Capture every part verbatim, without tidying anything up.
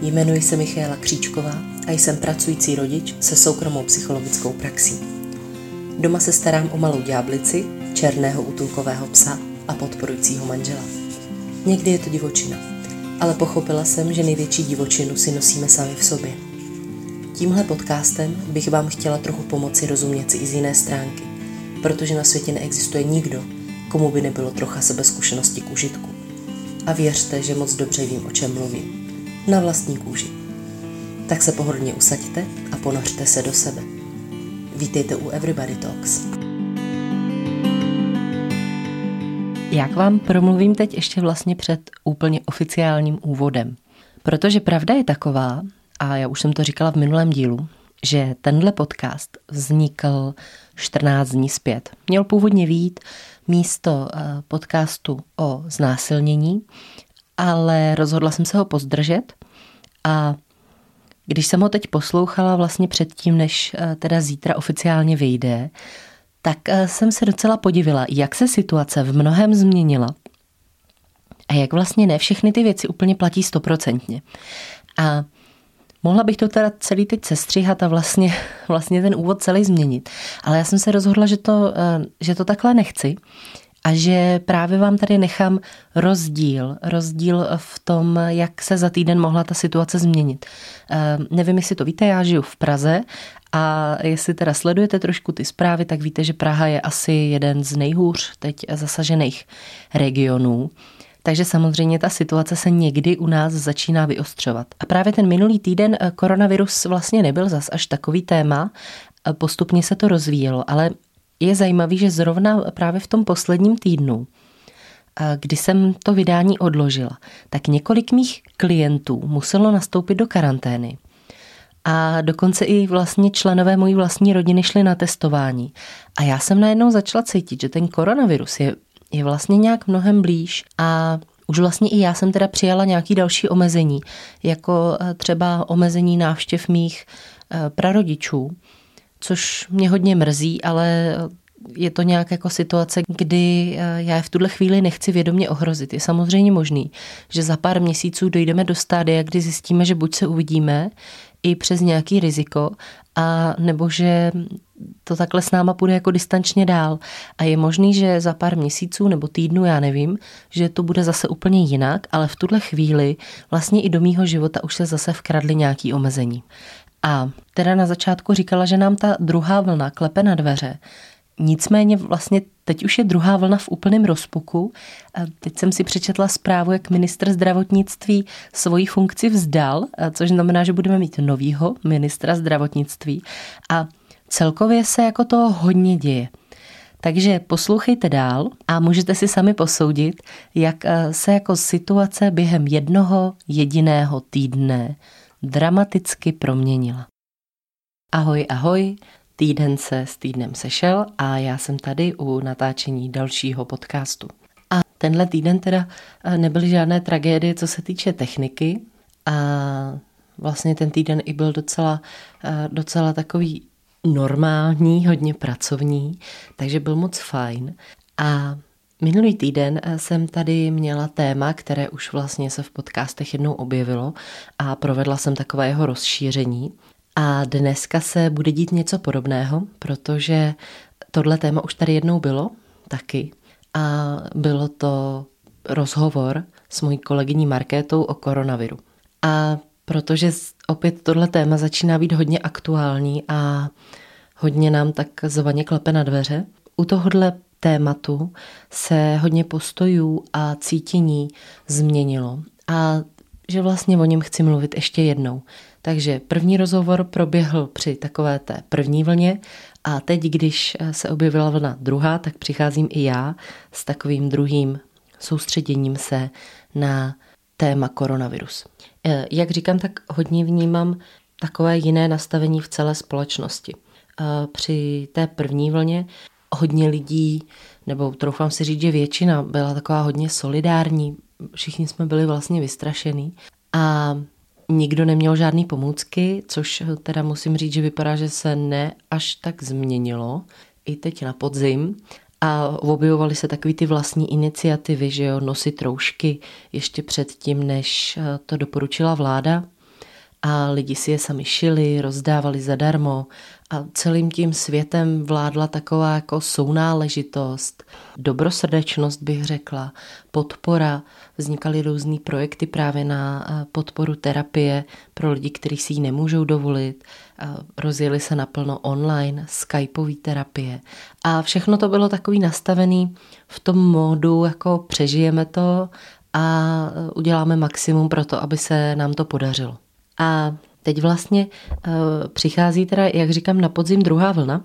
Jmenuji se Michaela Kříčková a jsem pracující rodič se soukromou psychologickou praxí. Doma se starám o malou ďáblici, černého útulkového psa a podporujícího manžela. Někdy je to divočina, ale pochopila jsem, že největší divočinu si nosíme sami v sobě. Tímhle podcastem bych vám chtěla trochu pomoci rozumět si i z jiné stránky, protože na světě neexistuje nikdo, komu by nebylo trocha sebezkušenosti k užitku. A věřte, že moc dobře vím, o čem mluvím. Na vlastní kůži. Tak se pohodlně usaďte a ponořte se do sebe. Vítejte u Everybody Talks. Já k vám promluvím teď ještě vlastně před úplně oficiálním úvodem. Protože pravda je taková, a já už jsem to říkala v minulém dílu, že tenhle podcast vznikl čtrnáct dní zpět. Měl původně vyjít místo podcastu o znásilnění, ale rozhodla jsem se ho pozdržet a když jsem ho teď poslouchala vlastně předtím, než teda zítra oficiálně vyjde, tak jsem se docela podivila, jak se situace v mnohém změnila a jak vlastně ne všechny ty věci úplně platí stoprocentně. A mohla bych to teda celý teď sestříhat a vlastně, vlastně ten úvod celý změnit, ale já jsem se rozhodla, že to, že to takhle nechci, a že právě vám tady nechám rozdíl, rozdíl v tom, jak se za týden mohla ta situace změnit. E, nevím, jestli to víte, já žiju v Praze a jestli teda sledujete trošku ty zprávy, tak víte, že Praha je asi jeden z nejhůř teď zasažených regionů. Takže samozřejmě ta situace se někdy u nás začíná vyostřovat. A právě ten minulý týden koronavirus vlastně nebyl zas až takový téma, postupně se to rozvíjelo, ale je zajímavý, že zrovna právě v tom posledním týdnu, kdy jsem to vydání odložila, tak několik mých klientů muselo nastoupit do karantény. A dokonce i vlastně členové mojí vlastní rodiny šli na testování. A já jsem najednou začala cítit, že ten koronavirus je, je vlastně nějak mnohem blíž a už vlastně i já jsem teda přijala nějaký další omezení, jako třeba omezení návštěv mých prarodičů, což mě hodně mrzí, ale je to nějak jako situace, kdy já v tuhle chvíli nechci vědomě ohrozit. Je samozřejmě možný, že za pár měsíců dojdeme do stádia, kdy zjistíme, že buď se uvidíme i přes nějaký riziko, a nebo že to takhle s náma půjde jako distančně dál. A je možný, že za pár měsíců nebo týdnů, já nevím, že to bude zase úplně jinak, ale v tuhle chvíli vlastně i do mýho života už se zase vkradly nějaký omezení. A teda na začátku říkala, že nám ta druhá vlna klepe na dveře. Nicméně vlastně teď už je druhá vlna v úplném rozpuku. A teď jsem si přečetla zprávu, jak ministr zdravotnictví svoji funkci vzdal, což znamená, že budeme mít novýho ministra zdravotnictví. A celkově se jako toho hodně děje. Takže poslouchejte dál a můžete si sami posoudit, jak se jako situace během jednoho jediného týdne dramaticky proměnila. Ahoj, ahoj, týden se s týdnem sešel a já jsem tady u natáčení dalšího podcastu. A tenhle týden teda nebyly žádné tragédie, co se týče techniky, a vlastně ten týden i byl docela, docela takový normální, hodně pracovní, takže byl moc fajn. A minulý týden jsem tady měla téma, které už vlastně se v podcastech jednou objevilo a provedla jsem takové jeho rozšíření. A dneska se bude dít něco podobného, protože tohle téma už tady jednou bylo taky. A bylo to rozhovor s mojí kolegyní Markétou o koronaviru. A protože opět tohle téma začíná být hodně aktuální a hodně nám tak zvaně klepe na dveře, u tohohle tématu se hodně postojů a cítění změnilo a že vlastně o něm chci mluvit ještě jednou. Takže první rozhovor proběhl při takové té první vlně a teď, když se objevila vlna druhá, tak přicházím i já s takovým druhým soustředěním se na téma koronavirus. Jak říkám, tak hodně vnímám takové jiné nastavení v celé společnosti. Při té první vlně hodně lidí, nebo troufám si říct, že většina byla taková hodně solidární, všichni jsme byli vlastně vystrašení a nikdo neměl žádný pomůcky, což teda musím říct, že vypadá, že se ne až tak změnilo, i teď na podzim. A objevovaly se takový ty vlastní iniciativy, že jo, nosit roušky ještě předtím, než to doporučila vláda. a lidi si je sami šili, rozdávali zadarmo a celým tím světem vládla taková jako sounáležitost, dobrosrdečnost bych řekla, podpora, vznikaly různý projekty právě na podporu terapie pro lidi, kteří si ji nemůžou dovolit, rozjeli se naplno online, skypový terapie a všechno to bylo takový nastavený v tom módu, jako přežijeme to a uděláme maximum pro to, aby se nám to podařilo. A teď vlastně uh, přichází teda, jak říkám, na podzim druhá vlna.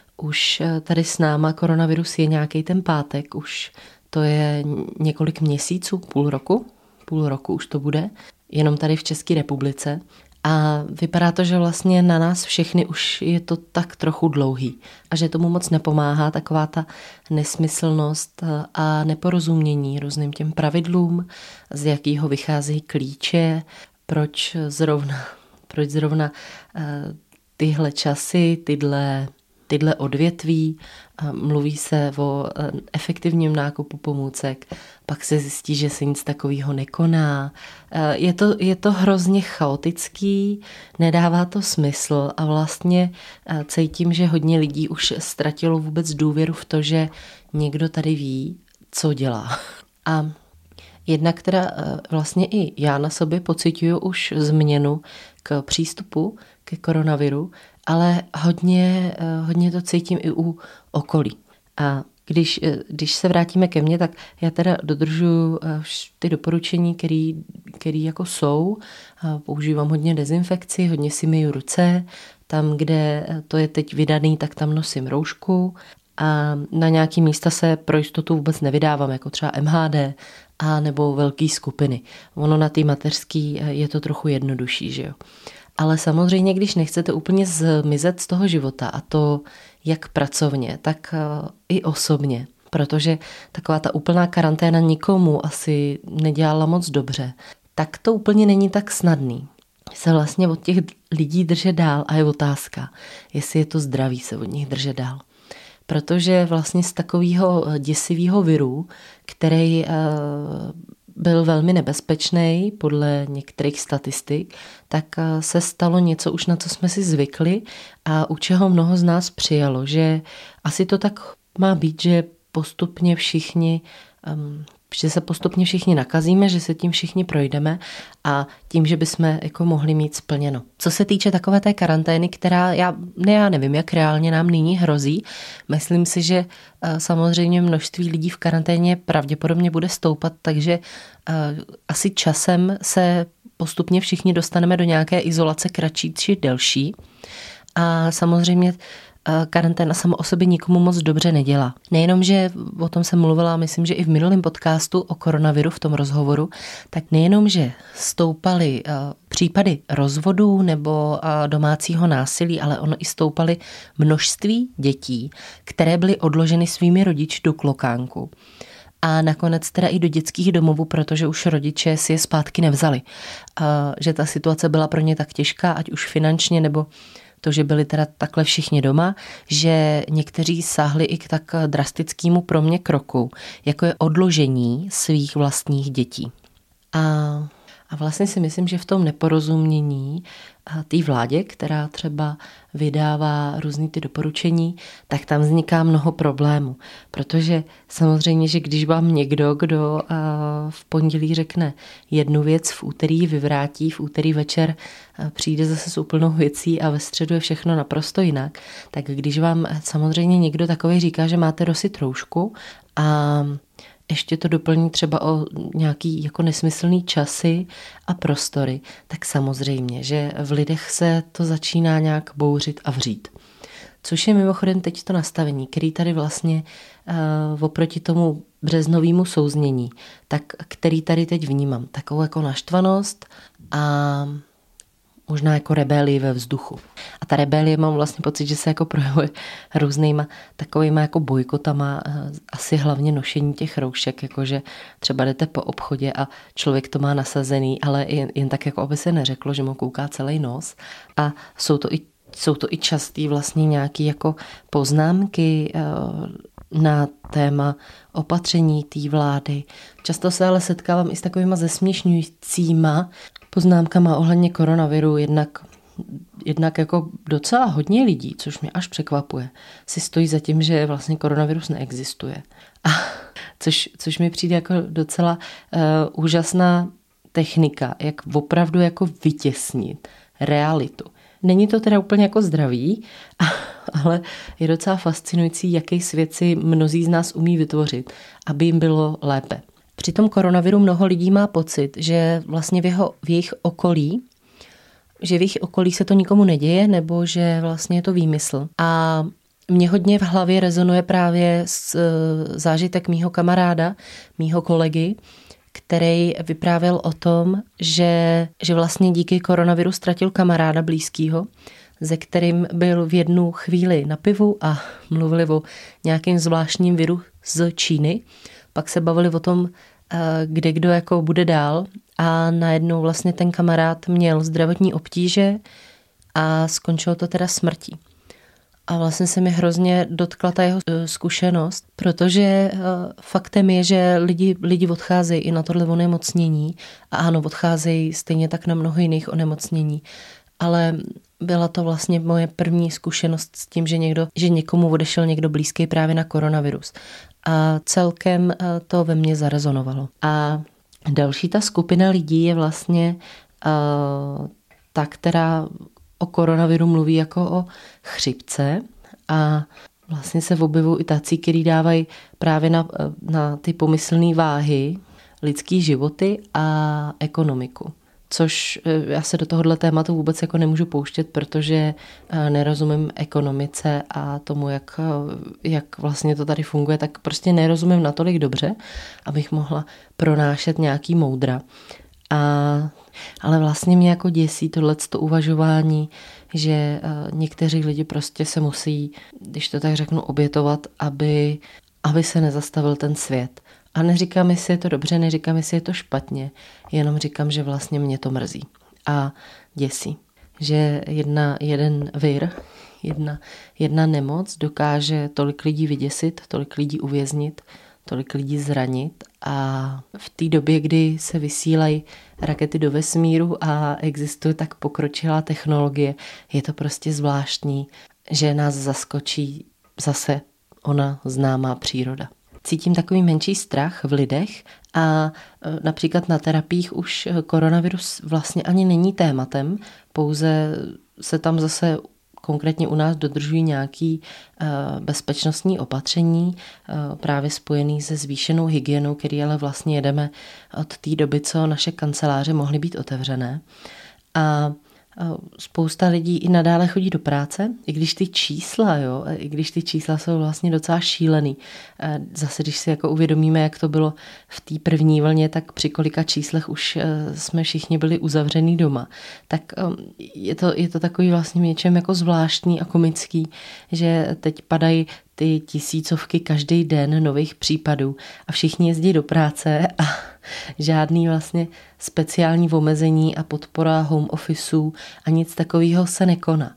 Už uh, tady s náma koronavirus je nějaký ten pátek, už to je několik měsíců, půl roku, půl roku už to bude, jenom tady v České republice. A vypadá to, že vlastně na nás všechny už je to tak trochu dlouhý a že tomu moc nepomáhá taková ta nesmyslnost a neporozumění různým těm pravidlům, z jakého vycházejí klíče, proč zrovna, proč zrovna uh, tyhle časy, tyhle, tyhle odvětví, uh, mluví se o uh, efektivním nákupu pomůcek, pak se zjistí, že se nic takového nekoná. Uh, je to, je to hrozně chaotický, nedává to smysl a vlastně uh, cítím, že hodně lidí už ztratilo vůbec důvěru v to, že někdo tady ví, co dělá. A jednak teda vlastně i já na sobě pociťuju už změnu k přístupu ke koronaviru, ale hodně, hodně to cítím i u okolí. A když, když se vrátíme ke mně, tak já teda dodržuju ty doporučení, který, který jako jsou. Používám hodně dezinfekci, hodně si myju ruce. Tam, kde to je teď vydaný, tak tam nosím roušku. A na nějaký místa se pro jistotu vůbec nevydávám, jako třeba M H D a nebo velké skupiny. Ono na té mateřský je to trochu jednodušší, že jo. Ale samozřejmě, když nechcete úplně zmizet z toho života, a to jak pracovně, tak i osobně, protože taková ta úplná karanténa nikomu asi nedělala moc dobře, tak to úplně není tak snadný. Se vlastně od těch lidí držet dál a je otázka, jestli je to zdravý se od nich držet dál. Protože vlastně z takového děsivého viru, který byl velmi nebezpečný podle některých statistik, tak se stalo něco už, na co jsme si zvykli a u čeho mnoho z nás přijalo, že asi to tak má být, že postupně všichni že se postupně všichni nakazíme, že se tím všichni projdeme a tím, že bychom jako mohli mít splněno. Co se týče takové té karantény, která já, ne, já nevím, jak reálně nám nyní hrozí, myslím si, že samozřejmě množství lidí v karanténě pravděpodobně bude stoupat, takže asi časem se postupně všichni dostaneme do nějaké izolace kratší či delší a samozřejmě karanténa sama o sobě nikomu moc dobře nedělá. Nejenom, že o tom jsem mluvila, myslím, že i v minulém podcastu o koronaviru v tom rozhovoru, tak nejenom, že stoupaly případy rozvodů nebo domácího násilí, ale ono i stoupaly množství dětí, které byly odloženy svými rodiči do klokánku. A nakonec teda i do dětských domovů, protože už rodiče si je zpátky nevzali. Že ta situace byla pro ně tak těžká, ať už finančně nebo to, že byli teda takhle všichni doma, že někteří sáhli i k tak drastickému pro mě kroku, jako je odložení svých vlastních dětí. A, a vlastně si myslím, že v tom neporozumění té vládě, která třeba vydává různý ty doporučení, tak tam vzniká mnoho problémů. Protože samozřejmě, že když vám někdo, kdo v pondělí řekne jednu věc, v úterý vyvrátí, v úterý večer přijde zase s úplnou věcí a ve středu je všechno naprosto jinak, tak když vám samozřejmě někdo takový říká, že máte nosit roušku a ještě to doplní třeba o nějaký jako nesmyslný časy a prostory, tak samozřejmě, že v lidech se to začíná nějak bouřit a vřít. Což je mimochodem teď to nastavení, který tady vlastně uh, oproti tomu březnovému souznění, tak který tady teď vnímám, takovou jako naštvanost a možná jako rebelii ve vzduchu. A ta rebelie mám vlastně pocit, že se jako projevuje různýma takovýma jako bojkotama, asi hlavně nošení těch roušek, jakože třeba jdete po obchodě a člověk to má nasazený, ale jen, jen tak jako aby se neřeklo, že mu kouká celý nos. A jsou to i, jsou to i častý vlastně nějaký jako poznámky na téma opatření té vlády. Často se ale setkávám i s takovýma zesměšňujícíma poznámkama ohledně koronaviru, jednak, jednak jako docela hodně lidí, což mě až překvapuje, si stojí za tím, že vlastně koronavirus neexistuje. A což, což mi přijde jako docela uh, úžasná technika, jak opravdu jako vytěsnit realitu. Není to teda úplně jako zdravý, ale je docela fascinující, jaký svět si mnozí z nás umí vytvořit, aby jim bylo lépe. Při tom koronaviru mnoho lidí má pocit, že vlastně v, jeho, v jejich okolí, že v jejich okolí se to nikomu neděje, nebo že vlastně je to výmysl. A mě hodně v hlavě rezonuje právě s, zážitek mýho kamaráda, mýho kolegy, který vyprávěl o tom, že, že vlastně díky koronaviru ztratil kamaráda blízkýho, se kterým byl v jednu chvíli na pivu a mluvili o nějakým zvláštním viru z Číny. Pak se bavili o tom, kde kdo jako bude dál a najednou vlastně ten kamarád měl zdravotní obtíže a skončilo to teda smrtí. A vlastně se mi hrozně dotkla ta jeho zkušenost, protože faktem je, že lidi, lidi odcházejí i na tohle onemocnění a ano, odcházejí stejně tak na mnoho jiných onemocnění. Ale byla to vlastně moje první zkušenost s tím, že, někdo, že někomu odešel někdo blízký právě na koronavirus. A celkem to ve mně zarezonovalo. A další ta skupina lidí je vlastně uh, ta, která o koronaviru mluví jako o chřipce a vlastně se objevují i tací, který dávají právě na, na ty pomyslné váhy lidský životy a ekonomiku. Což já se do tohohle tématu vůbec jako nemůžu pouštět, protože nerozumím ekonomice a tomu, jak, jak vlastně to tady funguje, tak prostě nerozumím natolik dobře, abych mohla pronášet nějaký moudra. A, ale vlastně mě jako děsí tohleto uvažování, že někteří lidi prostě se musí, když to tak řeknu, obětovat, aby, aby se nezastavil ten svět. A neříkám, jestli je to dobře, neříkám, jestli je to špatně, jenom říkám, že vlastně mě to mrzí a děsí. Že jedna, jeden vir, jedna, jedna nemoc dokáže tolik lidí vyděsit, tolik lidí uvěznit, tolik lidí zranit a v té době, kdy se vysílají rakety do vesmíru a existuje tak pokročilá technologie, je to prostě zvláštní, že nás zaskočí zase ona známá příroda. Cítím takový menší strach v lidech a například na terapiích už koronavirus vlastně ani není tématem, pouze se tam zase konkrétně u nás dodržují nějaké bezpečnostní opatření právě spojené se zvýšenou hygienou, který ale vlastně jedeme od té doby, co naše kanceláře mohly být otevřené. A spousta lidí i nadále chodí do práce, i když ty čísla, jo, i když ty čísla jsou vlastně docela šílený. Zase, když si jako uvědomíme, jak to bylo v té první vlně, tak při kolika číslech už jsme všichni byli uzavřený doma. Tak je to, je to takový vlastně něčem jako zvláštní a komický, že teď padají ty tisícovky každý den nových případů a všichni jezdí do práce a žádný vlastně speciální omezení a podpora home officeů a nic takového se nekoná.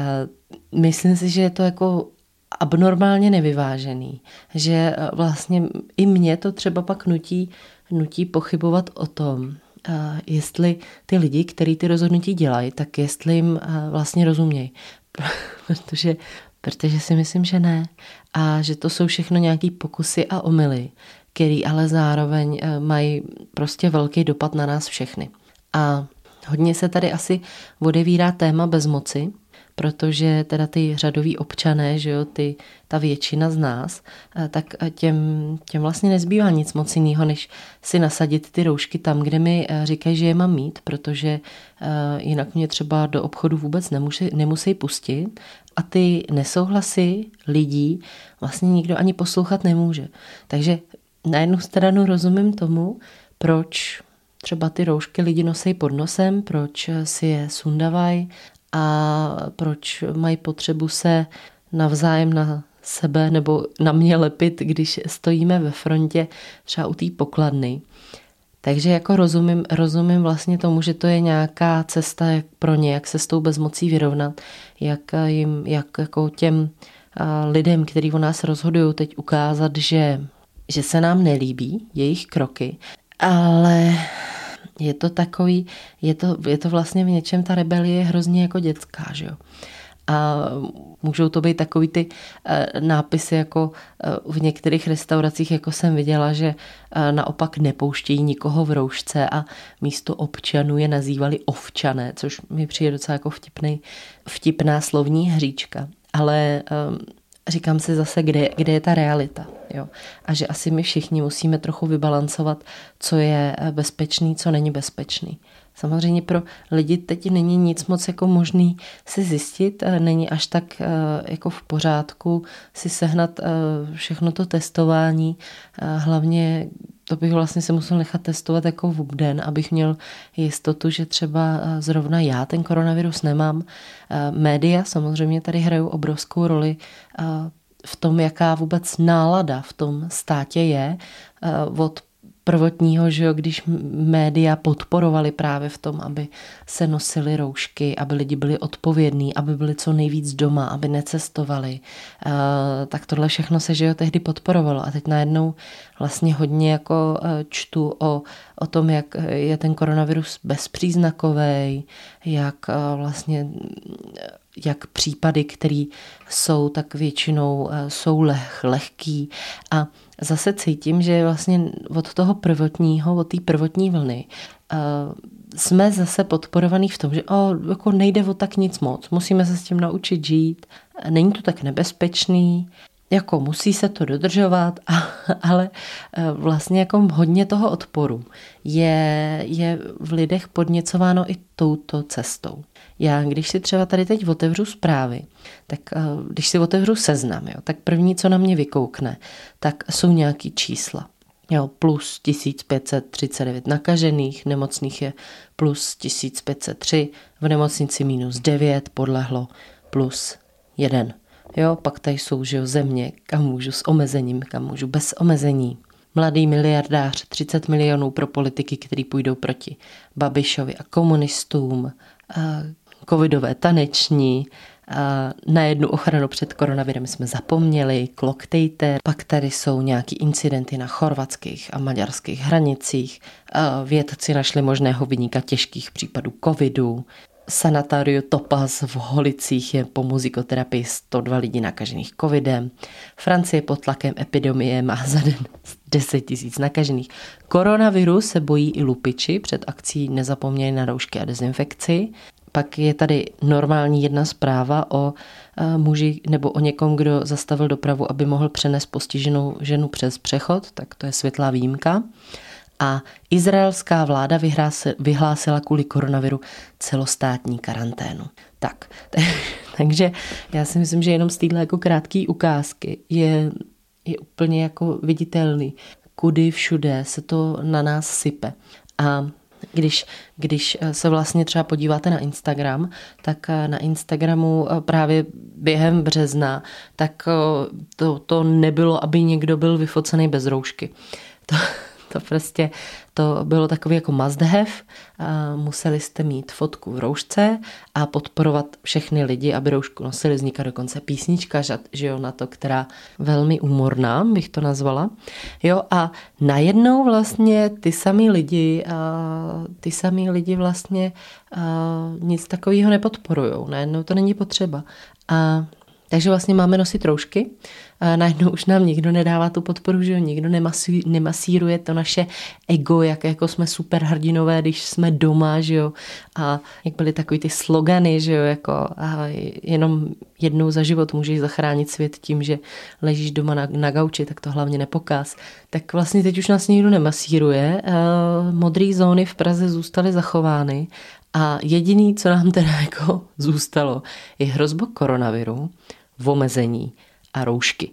Myslím si, že je to jako abnormálně nevyvážený, že vlastně i mě to třeba pak nutí, nutí pochybovat o tom, jestli ty lidi, kteří ty rozhodnutí dělají, tak jestli jim vlastně rozumějí. Protože Protože si myslím, že ne. A že to jsou všechno nějaký pokusy a omyly, který ale zároveň mají prostě velký dopad na nás všechny. A hodně se tady asi odevírá téma bezmoci, protože teda ty řadoví občané, že jo, ty, ta většina z nás, tak těm, těm vlastně nezbývá nic moc jiného, než si nasadit ty roušky tam, kde mi říkají, že je mám mít, protože jinak mě třeba do obchodu vůbec nemusí, nemusí pustit a ty nesouhlasy lidí vlastně nikdo ani poslouchat nemůže. Takže na jednu stranu rozumím tomu, proč třeba ty roušky lidi nosí pod nosem, proč si je sundavají, a proč mají potřebu se navzájem na sebe nebo na mě lepit, když stojíme ve frontě třeba u té pokladny. Takže jako rozumím, rozumím vlastně tomu, že to je nějaká cesta jak pro ně, jak se s tou bezmocí vyrovnat, jak jim, jak jako těm lidem, kteří o nás rozhodují, teď ukázat, že, že se nám nelíbí jejich kroky, ale je to takový, je to, je to vlastně v něčem ta rebelie hrozně jako dětská, že jo. A můžou to být takový ty nápisy, jako v některých restauracích, jako jsem viděla, že naopak nepouštějí nikoho v roušce a místo občanů je nazývali ovčané, což mi přijde docela jako vtipný, vtipná slovní hříčka. Ale říkám si zase, kde, kde je ta realita. Jo? A že asi my všichni musíme trochu vybalancovat, co je bezpečný, co není bezpečný. Samozřejmě pro lidi teď není nic moc jako možný si zjistit, není až tak jako v pořádku si sehnat všechno to testování. Hlavně to bych vlastně se musel nechat testovat jako v den, abych měl jistotu, že třeba zrovna já ten koronavirus nemám. Média samozřejmě tady hrajou obrovskou roli v tom, jaká vůbec nálada v tom státě je od prvotního, že jo, když média podporovali právě v tom, aby se nosily roušky, aby lidi byli odpovědní, aby byli co nejvíc doma, aby necestovali. Uh, tak tohle všechno se, že jo, tehdy podporovalo. A teď najednou vlastně hodně jako uh, čtu o, o tom, jak je ten koronavirus bezpříznakový, jak uh, vlastně jak případy, které jsou, tak většinou jsou leh, lehký. A zase cítím, že vlastně od toho prvotního, od té prvotní vlny jsme zase podporovaní v tom, že o, jako nejde o tak nic moc, musíme se s tím naučit žít, není to tak nebezpečný, jako musí se to dodržovat, a, ale vlastně jako hodně toho odporu je, je v lidech podněcováno i touto cestou. Já, když si třeba tady teď otevřu zprávy, tak když si otevřu Seznam, jo, tak první, co na mě vykoukne, tak jsou nějaký čísla. Jo, plus tisíc pět set třicet devět nakažených, nemocných je plus tisíc pět set tři, v nemocnici minus devět, podlehlo plus jeden. Jo, pak tady jsou, že jo, země, kam můžu s omezením, kam můžu bez omezení. Mladý miliardář, třicet milionů pro politiky, který půjdou proti Babišovi a komunistům, a covidové taneční, a na jednu ochranu před koronavirem jsme zapomněli, Kloktejter, pak tady jsou nějaký incidenty na chorvatských a maďarských hranicích, a vědci našli možného viníka těžkých případů covidu, sanatoriu Topaz v Holicích je po muzikoterapii sto dva lidí nakažených covidem. Francie pod tlakem epidemie má za den deset tisíc nakažených. Koronavirus se bojí i lupiči, před akcí nezapomněli na roušky a dezinfekci. Pak je tady normální jedna zpráva o muži nebo o někom, kdo zastavil dopravu, aby mohl přenést postiženou ženu přes přechod, tak to je světlá výjimka. A izraelská vláda vyhlásila kvůli koronaviru celostátní karanténu. Tak, takže já si myslím, že jenom z téhle jako krátké ukázky je, je úplně jako viditelný, kudy všude se to na nás sype. A Když, když se vlastně třeba podíváte na Instagram, tak na Instagramu právě během března, tak to, to nebylo, aby někdo byl vyfocený bez roušky. To, to prostě to bylo takový jako must have. Museli jste mít fotku v roušce a podporovat všechny lidi, aby roušku nosili. Vzniká dokonce písnička, že jo, na to, která velmi úmorná, bych to nazvala. Jo, a najednou vlastně ty samý lidi, ty samý lidi vlastně nic takového nepodporujou. Najednou to není potřeba. A takže vlastně máme nosit roušky. A najednou už nám nikdo nedává tu podporu, že jo, nikdo nemasí, nemasíruje to naše ego, jak jako jsme super hrdinové, když jsme doma, že jo. A jak byly takový ty slogany, že jo, jako a jenom jednou za život můžeš zachránit svět tím, že ležíš doma na, na gauči, tak to hlavně nepokaz. Tak vlastně teď už nás nikdo nemasíruje. Modré zóny v Praze zůstaly zachovány. A jediný, co nám teda jako zůstalo, je hrozba koronaviru, omezení a roušky.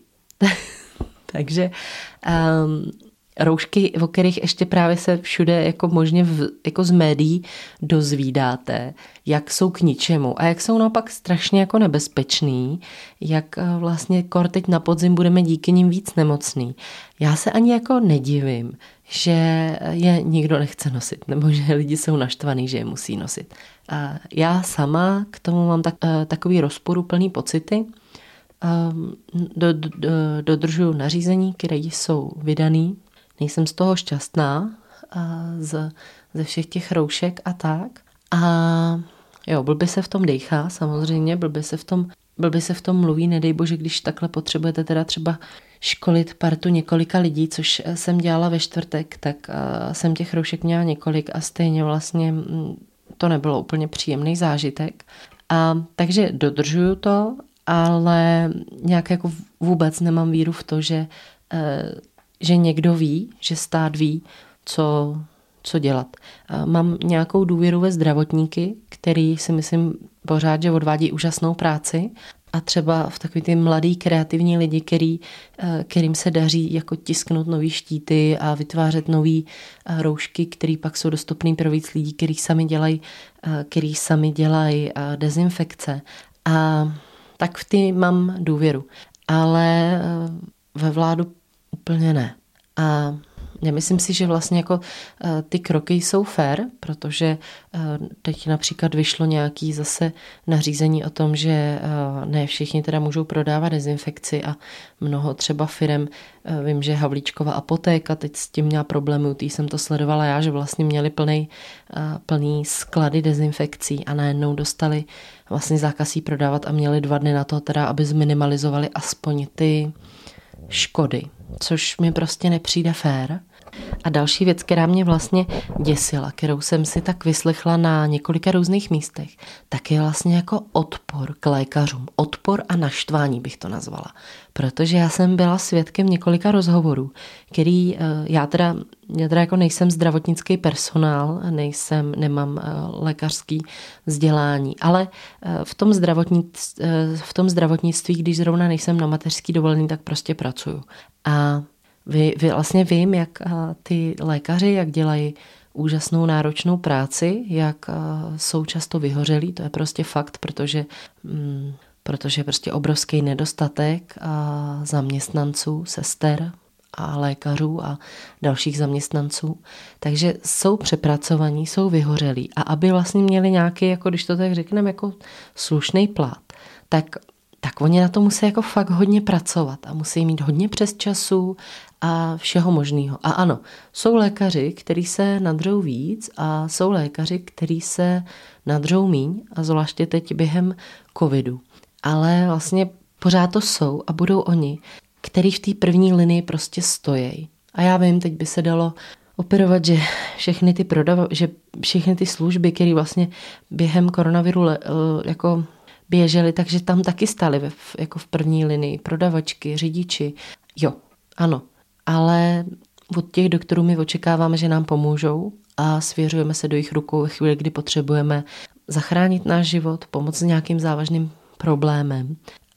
Takže um, roušky, o kterých ještě právě se všude jako možně v, jako z médií dozvídáte, jak jsou k ničemu a jak jsou naopak strašně jako nebezpečný, jak vlastně kor teď na podzim budeme díky nim víc nemocný. Já se ani jako nedivím, že je nikdo nechce nosit, nebo že lidi jsou naštvaný, že je musí nosit. A já sama k tomu mám tak, takový rozporuplný pocity. Do, do, dodržuju nařízení, které jsou vydaný. Nejsem z toho šťastná, z, ze všech těch roušek a tak. A jo, blbě se v tom dejchá, samozřejmě, blbě se v tom, blbě se v tom mluví, nedej bože, když takhle potřebujete teda třeba školit partu několika lidí, což jsem dělala ve čtvrtek, tak jsem těch roušek měla několik a stejně vlastně to nebylo úplně příjemný zážitek. A takže dodržuju to, ale nějak jako vůbec nemám víru v to, že, že někdo ví, že stát ví, co, co dělat. Mám nějakou důvěru ve zdravotníky, který si myslím pořád, že odvádí úžasnou práci, a třeba v takový ty mladý kreativní lidi, který, kterým se daří jako tisknout nový štíty a vytvářet nový roušky, který pak jsou dostupný pro víc lidí, který sami dělají, který sami dělají dezinfekce. A tak v ty mám důvěru. Ale ve vládu úplně ne. A nemyslím si, že vlastně jako ty kroky jsou fair, protože teď například vyšlo nějaký zase nařízení o tom, že ne všichni teda můžou prodávat dezinfekci a mnoho třeba firem, vím, že Havlíčkova apotéka teď s tím měla problémy, u tý jsem to sledovala já, že vlastně měli plný, plný sklady dezinfekcí a najednou dostali vlastně zákaz jí prodávat a měli dva dny na to teda, aby zminimalizovali aspoň ty škody, což mi prostě nepřijde fér. A další věc, která mě vlastně děsila, kterou jsem si tak vyslechla na několika různých místech, tak je vlastně jako odpor k lékařům. Odpor a naštvání bych to nazvala. Protože já jsem byla svědkem několika rozhovorů, který já teda, já teda jako nejsem zdravotnický personál, nejsem, nemám lékařský vzdělání, ale v tom, zdravotnictví, v tom zdravotnictví, když zrovna nejsem na mateřský dovolený, tak prostě pracuju. A Vy, vy vlastně vím, jak ty lékaři, jak dělají úžasnou náročnou práci, jak jsou často vyhořelí, to je prostě fakt, protože, mm, protože je prostě obrovský nedostatek zaměstnanců, sester a lékařů a dalších zaměstnanců. Takže jsou přepracovaní, jsou vyhořelí a aby vlastně měli nějaký, jako když to tak řekneme, jako slušný plat, tak tak oni na to musí jako fakt hodně pracovat a musí mít hodně přes času a všeho možného. A ano, jsou lékaři, kteří se nadřou víc a jsou lékaři, kteří se nadřou míň a zvláště teď během covidu. Ale vlastně pořád to jsou a budou oni, kteří v té první linii prostě stojí. A já vím, teď by se dalo operovat, že všechny ty prodava, že všechny ty služby, které vlastně během koronaviru jako běželi, takže tam taky stáli ve, jako v první linii prodavačky, řidiči. Jo, ano, ale od těch doktorů my očekáváme, že nám pomůžou a svěřujeme se do jejich rukou ve chvíli, kdy potřebujeme zachránit náš život, pomoct s nějakým závažným problémem.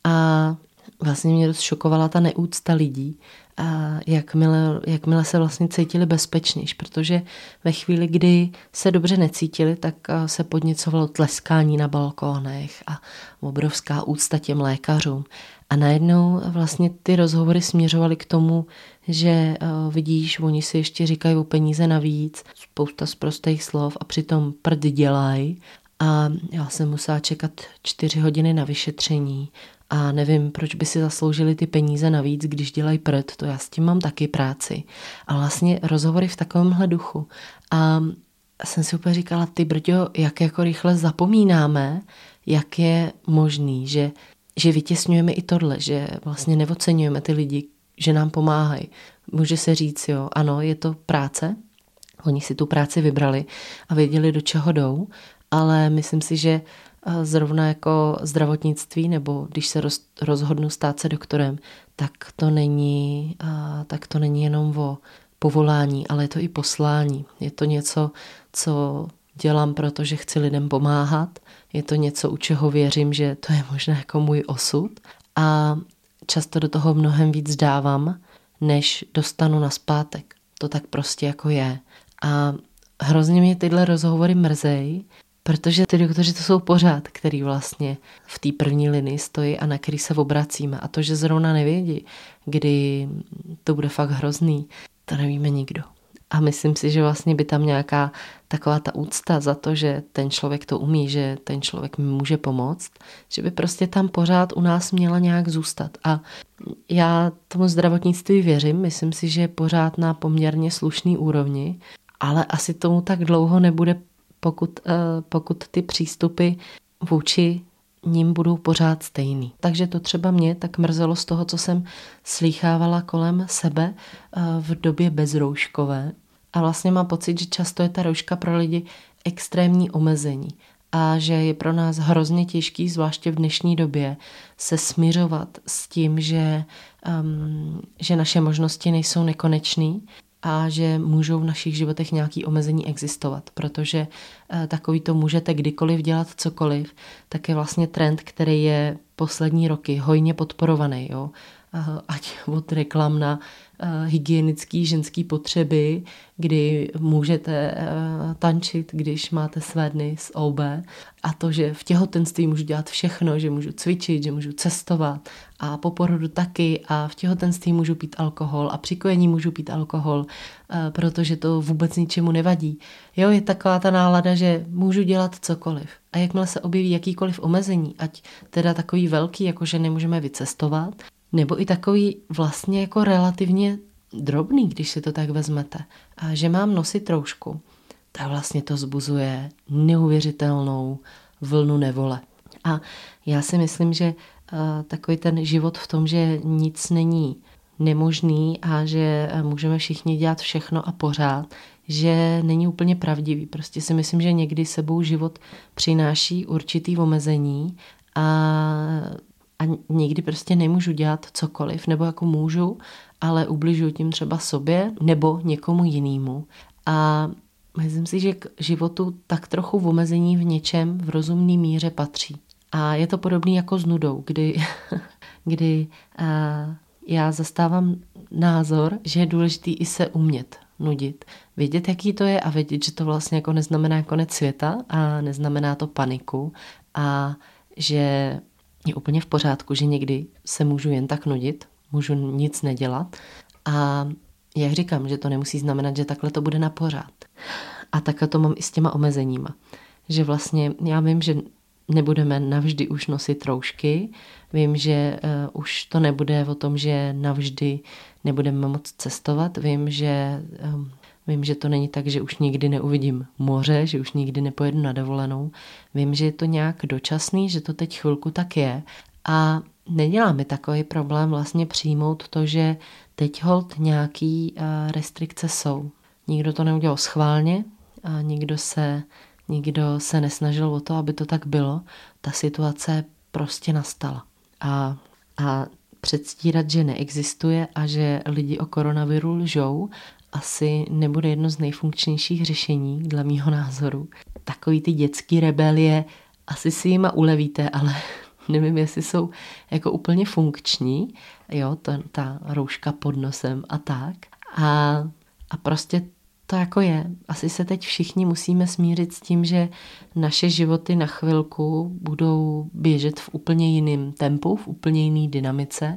A vlastně mě dost šokovala ta neúcta lidí, a jakmile, jakmile se vlastně cítili bezpečnější, protože ve chvíli, kdy se dobře necítili, tak se podněcovalo tleskání na balkónech a obrovská úcta těm lékařům. A najednou vlastně ty rozhovory směřovaly k tomu, že vidíš, oni si ještě říkají o peníze navíc, spousta sprostých slov a přitom prd dělají. A já jsem musela čekat čtyři hodiny na vyšetření a nevím, proč by si zasloužili ty peníze navíc, když dělají prd, to já s tím mám taky práci. A vlastně rozhovory v takovémhle duchu. A jsem si úplně říkala, ty brďo, jak jako rychle zapomínáme, jak je možný, že, že vytěsňujeme i tohle, že vlastně neoceňujeme ty lidi, že nám pomáhají. Může se říct, jo, ano, je to práce, oni si tu práci vybrali a věděli, do čeho jdou, ale myslím si, že zrovna jako zdravotnictví, nebo když se roz, rozhodnu stát se doktorem, tak to není, tak to není jenom o povolání, ale je to i poslání. Je to něco, co dělám, protože chci lidem pomáhat. Je to něco, u čeho věřím, že to je možná jako můj osud. A často do toho mnohem víc dávám, než dostanu nazpátek. To tak prostě jako je. A hrozně mě tyhle rozhovory mrzej, protože ty doktoři to jsou pořád, který vlastně v té první linii stojí a na který se obracíme. A to, že zrovna nevědí, kdy to bude fakt hrozný, to nevíme nikdo. A myslím si, že vlastně by tam nějaká taková ta úcta za to, že ten člověk to umí, že ten člověk mi může pomoct, že by prostě tam pořád u nás měla nějak zůstat. A já tomu zdravotnictví věřím, myslím si, že je pořád na poměrně slušný úrovni, ale asi tomu tak dlouho nebude, pokud, pokud ty přístupy vůči ním budou pořád stejný. Takže to třeba mě tak mrzelo z toho, co jsem slýchávala kolem sebe v době bezrouškové. A vlastně mám pocit, že často je ta rouška pro lidi extrémní omezení a že je pro nás hrozně těžký, zvláště v dnešní době, se smiřovat s tím, že, um, že naše možnosti nejsou nekonečný a že můžou v našich životech nějaké omezení existovat, protože uh, takový to můžete kdykoliv dělat cokoliv, tak je vlastně trend, který je poslední roky hojně podporovaný, jo? Uh, ať od reklam na uh, hygienické ženské potřeby, kdy můžete uh, tančit, když máte své dny s O B, a to, že v těhotenství můžu dělat všechno, že můžu cvičit, že můžu cestovat a po porodu taky a v těhotenství můžu pít alkohol a při kojení můžu pít alkohol, uh, protože to vůbec ničemu nevadí. Jo, je taková ta nálada, že můžu dělat cokoliv. A jakmile se objeví jakýkoliv omezení, ať teda takový velký, jako že nemůžeme vycestovat, nebo i takový vlastně jako relativně drobný, když si to tak vezmete, a že mám nosit roušku, tak vlastně to vzbuzuje neuvěřitelnou vlnu nevole. A já si myslím, že uh, takový ten život v tom, že nic není nemožný a že můžeme všichni dělat všechno a pořád, že není úplně pravdivý. Prostě si myslím, že někdy sebou život přináší určitý omezení a A nikdy prostě nemůžu dělat cokoliv, nebo jako můžu, ale ubližuji tím třeba sobě nebo někomu jinému. A myslím si, že k životu tak trochu v omezení v něčem v rozumné míře patří. A je to podobný jako s nudou, kdy, kdy a, já zastávám názor, že je důležitý i se umět nudit. Vědět, jaký to je a vědět, že to vlastně jako neznamená konec světa a neznamená to paniku a že je úplně v pořádku, že někdy se můžu jen tak nudit, můžu nic nedělat a jak říkám, že to nemusí znamenat, že takhle to bude na pořád. A takhle to mám i s těma omezeníma. Že vlastně já vím, že nebudeme navždy už nosit roušky, vím, že uh, už to nebude o tom, že navždy nebudeme moc cestovat, vím, že... Um, Vím, že to není tak, že už nikdy neuvidím moře, že už nikdy nepojedu na dovolenou. Vím, že je to nějak dočasný, že to teď chvilku tak je. A nedělá mi takový problém vlastně přijmout to, že teď holt nějaký restrikce jsou. Nikdo to neudělal schválně a nikdo se, nikdo se nesnažil o to, aby to tak bylo. Ta situace prostě nastala. A, a předstírat, že neexistuje a že lidi o koronaviru lžou, asi nebude jedno z nejfunkčnějších řešení, dle mýho názoru. Takový ty dětský rebelie, asi si jima ulevíte, ale nevím, jestli jsou jako úplně funkční, jo, ta, ta rouška pod nosem a tak. A, a prostě to jako je. Asi se teď všichni musíme smířit s tím, že naše životy na chvilku budou běžet v úplně jiném tempu, v úplně jiný dynamice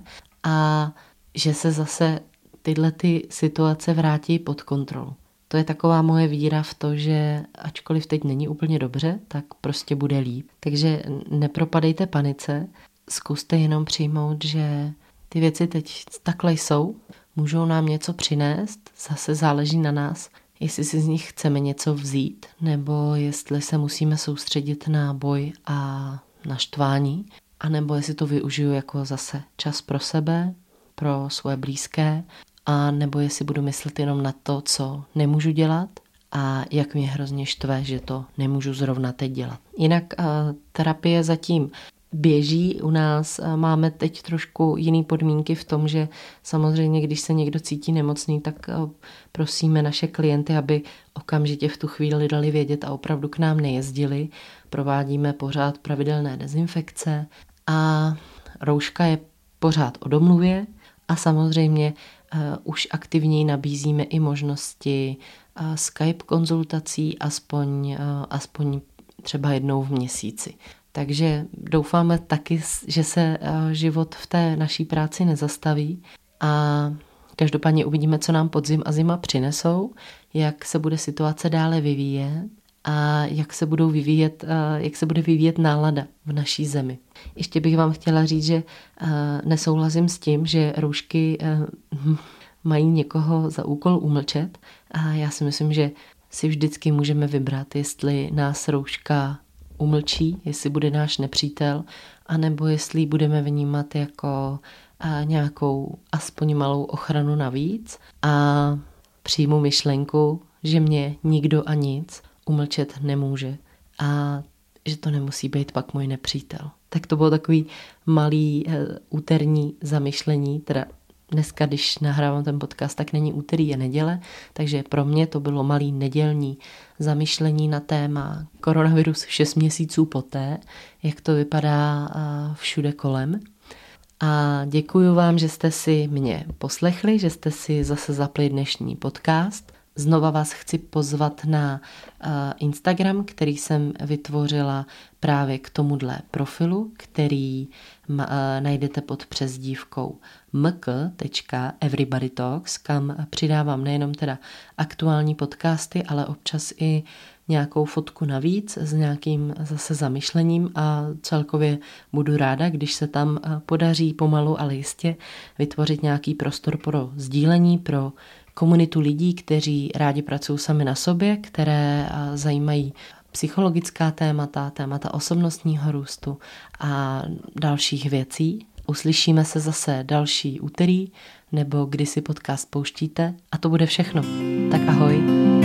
a že se zase tyhle ty situace vrátí pod kontrolu. To je taková moje víra v to, že ačkoliv teď není úplně dobře, tak prostě bude líp. Takže nepropadejte panice, zkuste jenom přijmout, že ty věci teď takhle jsou, můžou nám něco přinést, zase záleží na nás, jestli si z nich chceme něco vzít, nebo jestli se musíme soustředit na boj a na štvání, anebo jestli to využiju jako zase čas pro sebe, pro svoje blízké, a nebo jestli budu myslet jenom na to, co nemůžu dělat a jak mě hrozně štve, že to nemůžu zrovna teď dělat. Jinak uh, terapie zatím běží u nás, uh, máme teď trošku jiný podmínky v tom, že samozřejmě, když se někdo cítí nemocný, tak uh, prosíme naše klienty, aby okamžitě v tu chvíli dali vědět a opravdu k nám nejezdili. Provádíme pořád pravidelné dezinfekce a rouška je pořád o domluvě a samozřejmě Uh, už aktivněji nabízíme i možnosti uh, Skype konzultací aspoň, uh, aspoň třeba jednou v měsíci. Takže doufáme taky, že se uh, život v té naší práci nezastaví a každopádně uvidíme, co nám podzim a zima přinesou, jak se bude situace dále vyvíjet a jak se budou vyvíjet, uh, jak se bude vyvíjet nálada v naší zemi. Ještě bych vám chtěla říct, že uh, nesouhlasím s tím, že roušky uh, mají někoho za úkol umlčet. A já si myslím, že si vždycky můžeme vybrat, jestli nás rouška umlčí, jestli bude náš nepřítel, anebo jestli ji budeme vnímat jako a, nějakou aspoň malou ochranu navíc a přijmu myšlenku, že mě nikdo a nic umlčet nemůže a že to nemusí být pak můj nepřítel. Tak to bylo takový malý e, úterní zamyšlení, teda dneska, když nahrávám ten podcast, tak není úterý, je neděle, takže pro mě to bylo malý nedělní zamyšlení na téma koronavirus šest měsíců poté, jak to vypadá všude kolem. A děkuji vám, že jste si mě poslechli, že jste si zase zapli dnešní podcast. Znova vás chci pozvat na uh, Instagram, který jsem vytvořila právě k tomuhle profilu, který uh, najdete pod přezdívkou m k tečka everybody talks, kam přidávám nejenom teda aktuální podcasty, ale občas i nějakou fotku navíc s nějakým zase zamyšlením a celkově budu ráda, když se tam podaří pomalu, ale jistě vytvořit nějaký prostor pro sdílení, pro komunitu lidí, kteří rádi pracují sami na sobě, které zajímají psychologická témata, témata osobnostního růstu a dalších věcí. Uslyšíme se zase další úterý, nebo kdy si podcast pouštíte a to bude všechno. Tak ahoj.